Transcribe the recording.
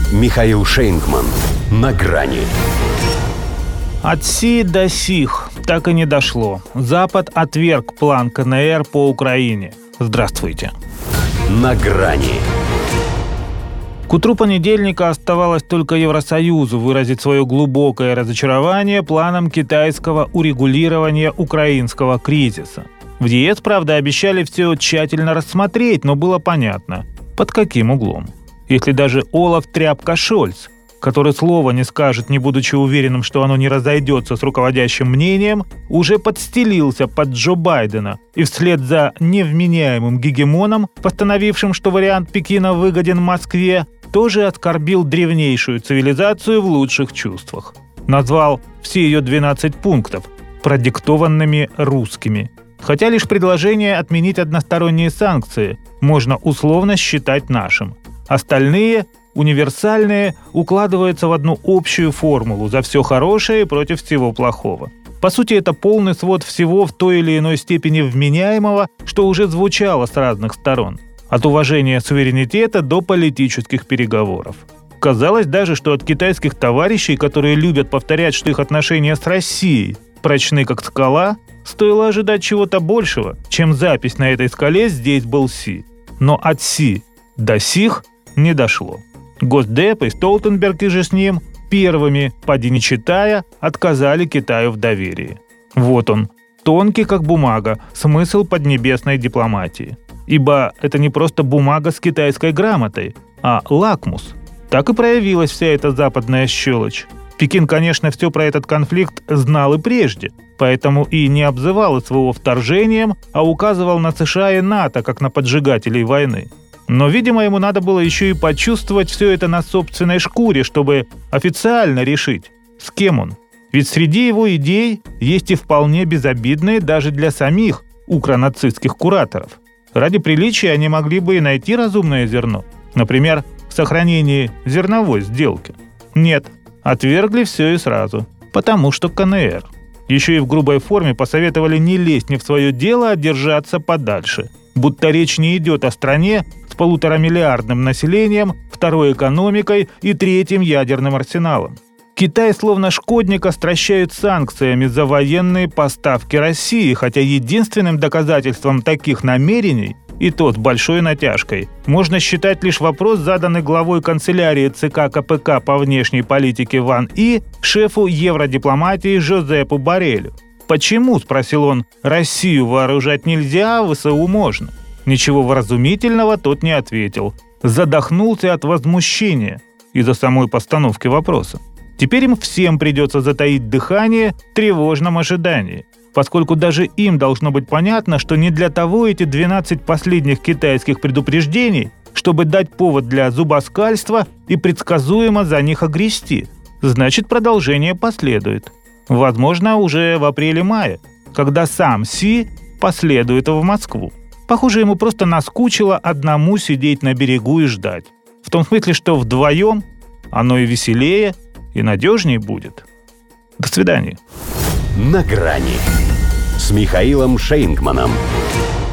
Михаил Шейнгман. На грани. От си до сих так и не дошло. Запад отверг план КНР по Украине. Здравствуйте. На грани. К утру понедельника оставалось только Евросоюзу выразить свое глубокое разочарование планом китайского урегулирования украинского кризиса. В ЕС, правда, обещали все тщательно рассмотреть, но было понятно, под каким углом. Если даже Олаф Тряпка Шольц, который слова не скажет, не будучи уверенным, что оно не разойдется с руководящим мнением, уже подстелился под Джо Байдена и вслед за невменяемым гегемоном, постановившим, что вариант Пекина выгоден Москве, тоже оскорбил древнейшую цивилизацию в лучших чувствах. Назвал все ее 12 пунктов продиктованными русскими. Хотя лишь предложение отменить односторонние санкции можно условно считать нашим. Остальные, универсальные, укладываются в одну общую формулу за все хорошее и против всего плохого. По сути, это полный свод всего в той или иной степени вменяемого, что уже звучало с разных сторон. От уважения суверенитета до политических переговоров. Казалось даже, что от китайских товарищей, которые любят повторять, что их отношения с Россией прочны как скала, стоило ожидать чего-то большего, чем запись на этой скале «Здесь был Си». Но от Си до сих не дошло. Госдеп и Столтенберг и же с ним первыми, поди не читая, отказали Китаю в доверии. Вот он, тонкий как бумага, смысл поднебесной дипломатии. Ибо это не просто бумага с китайской грамотой, а лакмус. Так и проявилась вся эта западная щелочь. Пекин, конечно, все про этот конфликт знал и прежде, поэтому и не обзывал СВО вторжением, а указывал на США и НАТО как на поджигателей войны. Но, видимо, ему надо было еще и почувствовать все это на собственной шкуре, чтобы официально решить, с кем он. Ведь среди его идей есть и вполне безобидные даже для самих укронацистских кураторов. Ради приличия они могли бы и найти разумное зерно. Например, в сохранении зерновой сделки. Нет, отвергли все и сразу. Потому что КНР. Еще и в грубой форме посоветовали не лезть не в свое дело, а держаться подальше. Будто речь не идет о стране с 1,5-миллиардным населением, второй экономикой и третьим ядерным арсеналом. Китай словно шкодника стращают санкциями за военные поставки России, хотя единственным доказательством таких намерений, и то с большой натяжкой, можно считать лишь вопрос, заданный главой канцелярии ЦК КПК по внешней политике Ван И шефу евродипломатии Жозепу Борреллю. «Почему, — спросил он, — Россию вооружать нельзя, а ВСУ можно?» Ничего вразумительного тот не ответил. Задохнулся от возмущения из-за самой постановки вопроса. Теперь им всем придется затаить дыхание в тревожном ожидании, поскольку даже им должно быть понятно, что не для того эти 12 последних китайских предупреждений, чтобы дать повод для зубоскальства и предсказуемо за них огрести. Значит, продолжение последует. Возможно, уже в апреле-мае, когда сам Си последует в Москву. Похоже, ему просто наскучило одному сидеть на берегу и ждать. В том смысле, что вдвоем оно и веселее, и надежнее будет. До свидания. На грани с Михаилом Шейнгманом.